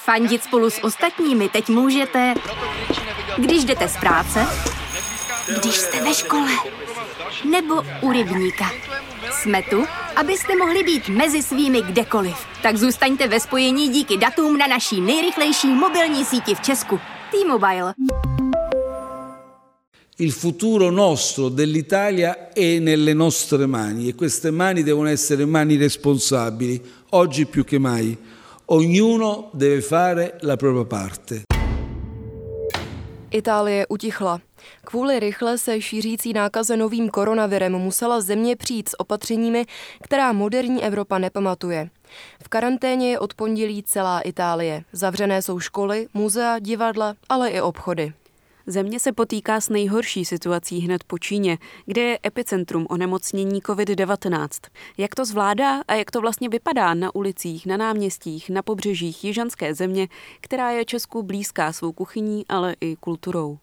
Fandit spolu s ostatními teď můžete, když jdete z práce, když jste ve škole, nebo u rybníka. Jsme tu, abyste mohli být mezi svými kdekoliv. Tak zůstaňte ve spojení díky datům na naší nejrychlejší mobilní síti v Česku. T-Mobile. Il futuro nostro dell'Italia è nelle nostre mani e queste mani devono essere mani responsabili, oggi più che mai. Ognuno deve fare la propria parte. Itálie utichla. Kvůli rychle se šířící nákaze novým koronavirem musela země přijít s opatřeními, která moderní Evropa nepamatuje. V karanténě je od pondělí celá Itálie. Zavřené jsou školy, muzea, divadla, ale i obchody. Země se potýká s nejhorší situací hned po Číně, kde je epicentrum onemocnění COVID-19. Jak to zvládá a jak to vlastně vypadá na ulicích, na náměstích, na pobřežích jižanské země, která je Česku blízká svou kuchyní, ale i kulturou.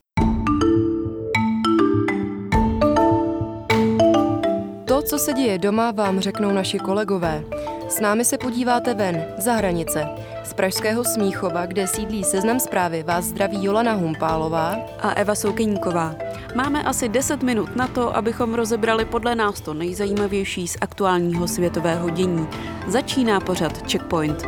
To, co se děje doma, vám řeknou naši kolegové. S námi se podíváte ven, za hranice. Z pražského Smíchova, kde sídlí Seznam Zprávy, vás zdraví Jolana Humpálová a Eva Soukeníková. Máme asi 10 minut na to, abychom rozebrali podle nás to nejzajímavější z aktuálního světového dění. Začíná pořad Checkpoint.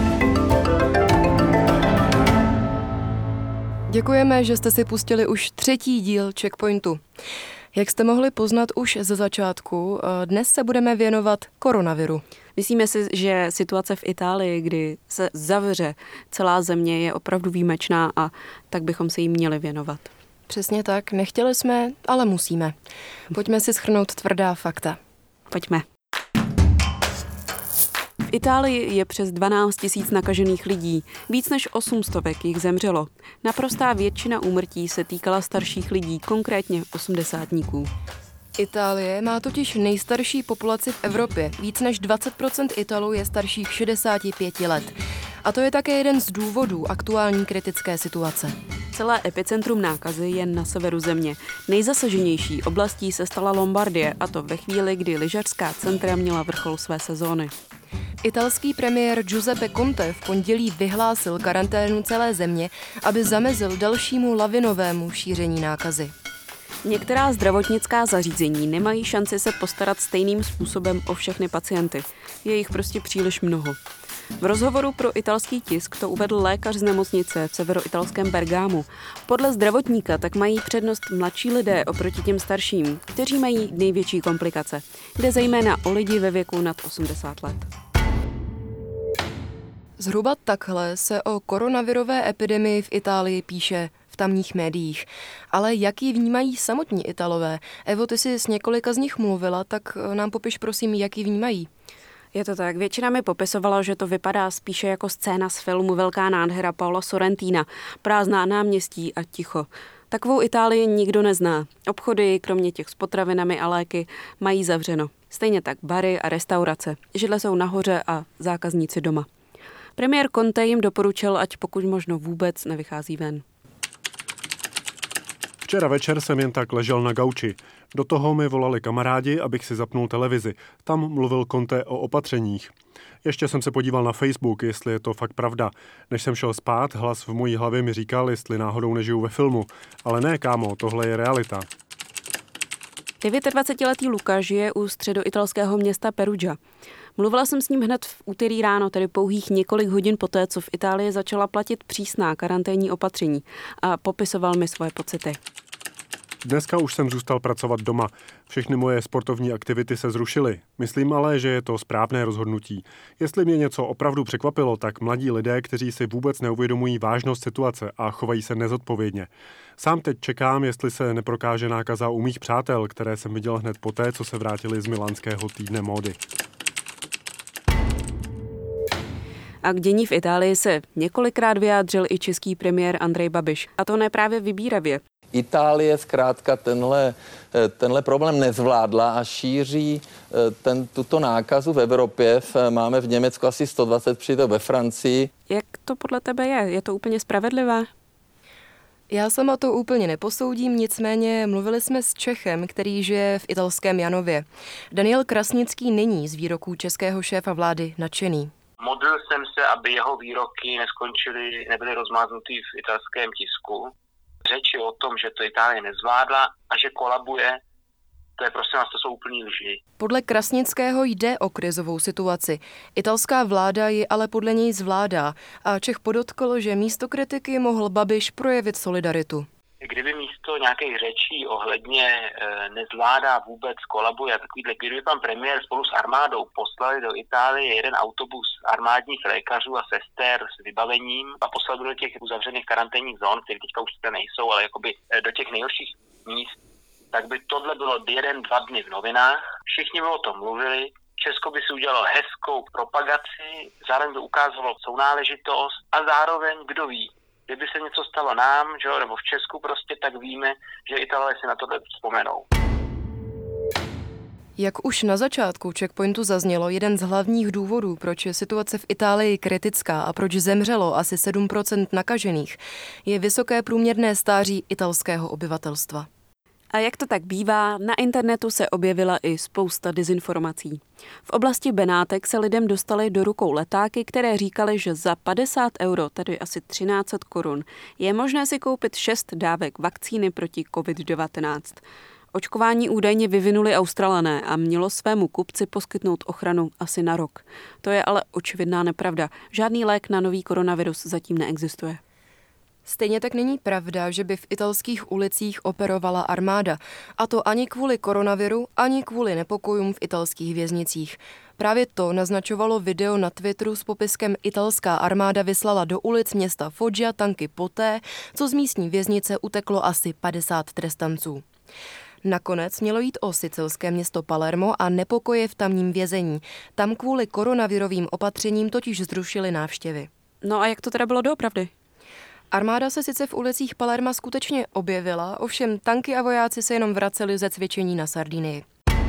Děkujeme, že jste si pustili už 3. díl Checkpointu. Jak jste mohli poznat už ze začátku, dnes se budeme věnovat koronaviru. Myslíme si, že situace v Itálii, kdy se zavře celá země, je opravdu výjimečná a tak bychom se jí měli věnovat. Přesně tak, nechtěli jsme, ale musíme. Pojďme si shrnout tvrdá fakta. Pojďme. V Itálii je přes 12 000 nakažených lidí, víc než 800 jich zemřelo. Naprostá většina úmrtí se týkala starších lidí, konkrétně 80-tníků. Itálie má totiž nejstarší populaci v Evropě. Víc než 20% Italů je starších 65 let. A to je také jeden z důvodů aktuální kritické situace. Celé epicentrum nákazy je na severu země. Nejzasaženější oblastí se stala Lombardie, a to ve chvíli, kdy lyžařská centra měla vrchol své sezóny. Italský premiér Giuseppe Conte v pondělí vyhlásil karanténu celé země, aby zamezil dalšímu lavinovému šíření nákazy. Některá zdravotnická zařízení nemají šanci se postarat stejným způsobem o všechny pacienty. Je jich prostě příliš mnoho. V rozhovoru pro italský tisk to uvedl lékař z nemocnice v severoitalském Bergámu. Podle zdravotníka tak mají přednost mladší lidé oproti těm starším, kteří mají největší komplikace. Jde zejména o lidi ve věku nad 80 let. Zhruba takhle se o koronavirové epidemii v Itálii píše v tamních médiích. Ale jak ji vnímají samotní Italové? Evo, ty jsi s několika z nich mluvila, tak nám popiš prosím, jak ji vnímají. Je to tak. Většina mi popisovala, že to vypadá spíše jako scéna z filmu Velká nádhera Paola Sorrentina. Prázdná náměstí a ticho. Takovou Itálii nikdo nezná. Obchody, kromě těch s potravinami a léky, mají zavřeno. Stejně tak bary a restaurace. Židle jsou nahoře a zákazníci doma. Premiér Conte jim doporučil, ať pokud možno vůbec nevychází ven. Včera večer jsem jen tak ležel na gauči. Do toho mi volali kamarádi, abych si zapnul televizi. Tam mluvil Conte o opatřeních. Ještě jsem se podíval na Facebook, jestli je to fakt pravda. Než jsem šel spát, hlas v mojí hlavě mi říkal, jestli náhodou nežiju ve filmu. Ale ne, kámo, tohle je realita. 29letý Luca žije u středoitalského města Perugia. Mluvila jsem s ním hned v úterý ráno, tedy pouhých několik hodin poté, co v Itálii začala platit přísná karanténní opatření, a popisoval mi svoje pocity. Dneska už jsem zůstal pracovat doma. Všechny moje sportovní aktivity se zrušily. Myslím ale, že je to správné rozhodnutí. Jestli mě něco opravdu překvapilo, tak mladí lidé, kteří si vůbec neuvědomují vážnost situace a chovají se nezodpovědně. Sám teď čekám, jestli se neprokáže nákaza u mých přátel, které jsem viděl hned poté, co se vrátili z milánského týdne módy. A k dění v Itálii se několikrát vyjádřil i český premiér Andrej Babiš. A to ne právě vybíravě. Itálie zkrátka tenhle problém nezvládla a šíří tuto nákazu v Evropě. Máme v Německu asi 120 případů, ve Francii. Jak to podle tebe je? Je to úplně spravedlivé? Já sama to úplně neposoudím, nicméně mluvili jsme s Čechem, který žije v italském Janově. Daniel Krasnický není z výroků českého šéfa vlády nadšený. Modlil jsem se, aby jeho výroky nebyly rozmáznuty v italském tisku. Řeči o tom, že to Itálie nezvládla a že kolabuje, to je prosím vás, to jsou úplný lži. Podle Krasnického jde o krizovou situaci. Italská vláda ji ale podle něj zvládá a Čech podotkl, že místo kritiky mohl Babiš projevit solidaritu. Kdyby místo nějakých řečí ohledně nezvládá vůbec, kolabuje a takovýhle, kdyby pan premiér spolu s armádou poslali do Itálie jeden autobus armádních lékařů a sester s vybavením a poslali do těch uzavřených karanténních zón, které teďka už nejsou, ale jakoby do těch nejhorších míst, tak by tohle bylo 1-2 dny v novinách, všichni by o tom mluvili, Česko by si udělalo hezkou propagaci, zároveň by ukázalo sounáležitost a zároveň, kdo ví, kdyby se něco stalo nám, že, nebo v Česku prostě, tak víme, že Italové si na to vzpomenou. Jak už na začátku checkpointu zaznělo, jeden z hlavních důvodů, proč je situace v Itálii kritická a proč zemřelo asi 7% nakažených, je vysoké průměrné stáří italského obyvatelstva. A jak to tak bývá, na internetu se objevila i spousta dezinformací. V oblasti Benátek se lidem dostaly do rukou letáky, které říkaly, že za 50 euro, tedy asi 1300 korun, je možné si koupit 6 dávek vakcíny proti COVID-19. Očkování údajně vyvinuli Australané a mělo svému kupci poskytnout ochranu asi na rok. To je ale očividná nepravda. Žádný lék na nový koronavirus zatím neexistuje. Stejně tak není pravda, že by v italských ulicích operovala armáda. A to ani kvůli koronaviru, ani kvůli nepokojům v italských věznicích. Právě to naznačovalo video na Twitteru s popiskem italská armáda vyslala do ulic města Foggia tanky poté, co z místní věznice uteklo asi 50 trestanců. Nakonec mělo jít o sicilské město Palermo a nepokoje v tamním vězení. Tam kvůli koronavirovým opatřením totiž zrušili návštěvy. No a jak to teda bylo doopravdy? Armáda se sice v ulicích Palerma skutečně objevila, ovšem tanky a vojáci se jenom vraceli ze cvičení na Sardinii.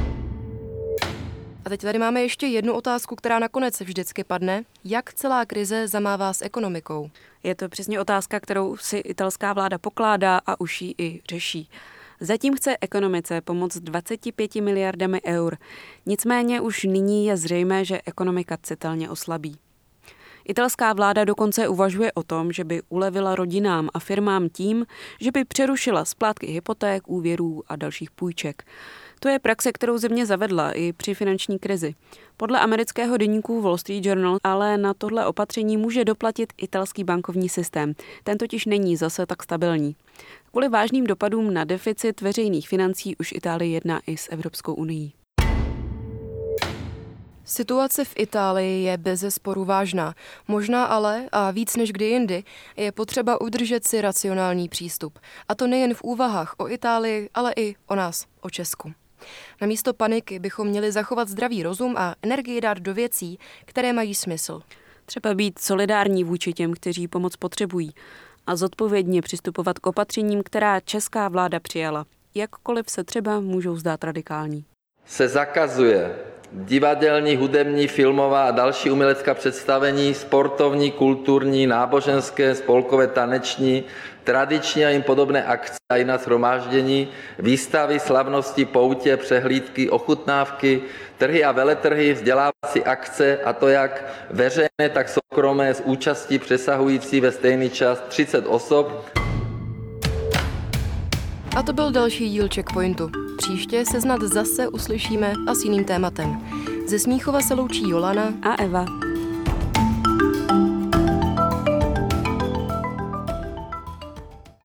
A teď tady máme ještě jednu otázku, která nakonec vždycky padne. Jak celá krize zamává s ekonomikou? Je to přesně otázka, kterou si italská vláda pokládá a už ji i řeší. Zatím chce ekonomice pomoct 25 miliardami eur. Nicméně už nyní je zřejmé, že ekonomika citelně oslabí. Italská vláda dokonce uvažuje o tom, že by ulevila rodinám a firmám tím, že by přerušila splátky hypoték, úvěrů a dalších půjček. To je praxe, kterou země zavedla i při finanční krizi. Podle amerického deníku Wall Street Journal ale na tohle opatření může doplatit italský bankovní systém. Ten totiž není zase tak stabilní. Kvůli vážným dopadům na deficit veřejných financí už Itálie jedná i s Evropskou unií. Situace v Itálii je bezesporu vážná. Možná ale, a víc než kdy jindy, je potřeba udržet si racionální přístup. A to nejen v úvahách o Itálii, ale i o nás, o Česku. Namísto paniky bychom měli zachovat zdravý rozum a energii dát do věcí, které mají smysl. Třeba být solidární vůči těm, kteří pomoc potřebují a zodpovědně přistupovat k opatřením, která česká vláda přijala. Jakkoliv se třeba můžou zdát radikální. Se zakazuje divadelní, hudební, filmová a další umělecká představení, sportovní, kulturní, náboženské, spolkové, taneční, tradiční a jim podobné akce a jiná shromáždění, výstavy, slavnosti, poutě, přehlídky, ochutnávky, trhy a veletrhy, vzdělávací akce, a to jak veřejné, tak soukromé, s účastí přesahující ve stejný čas 30 osob. A to byl další díl Checkpointu. Příště se snad zase uslyšíme a s jiným tématem. Ze Smíchova se loučí Jolana a Eva.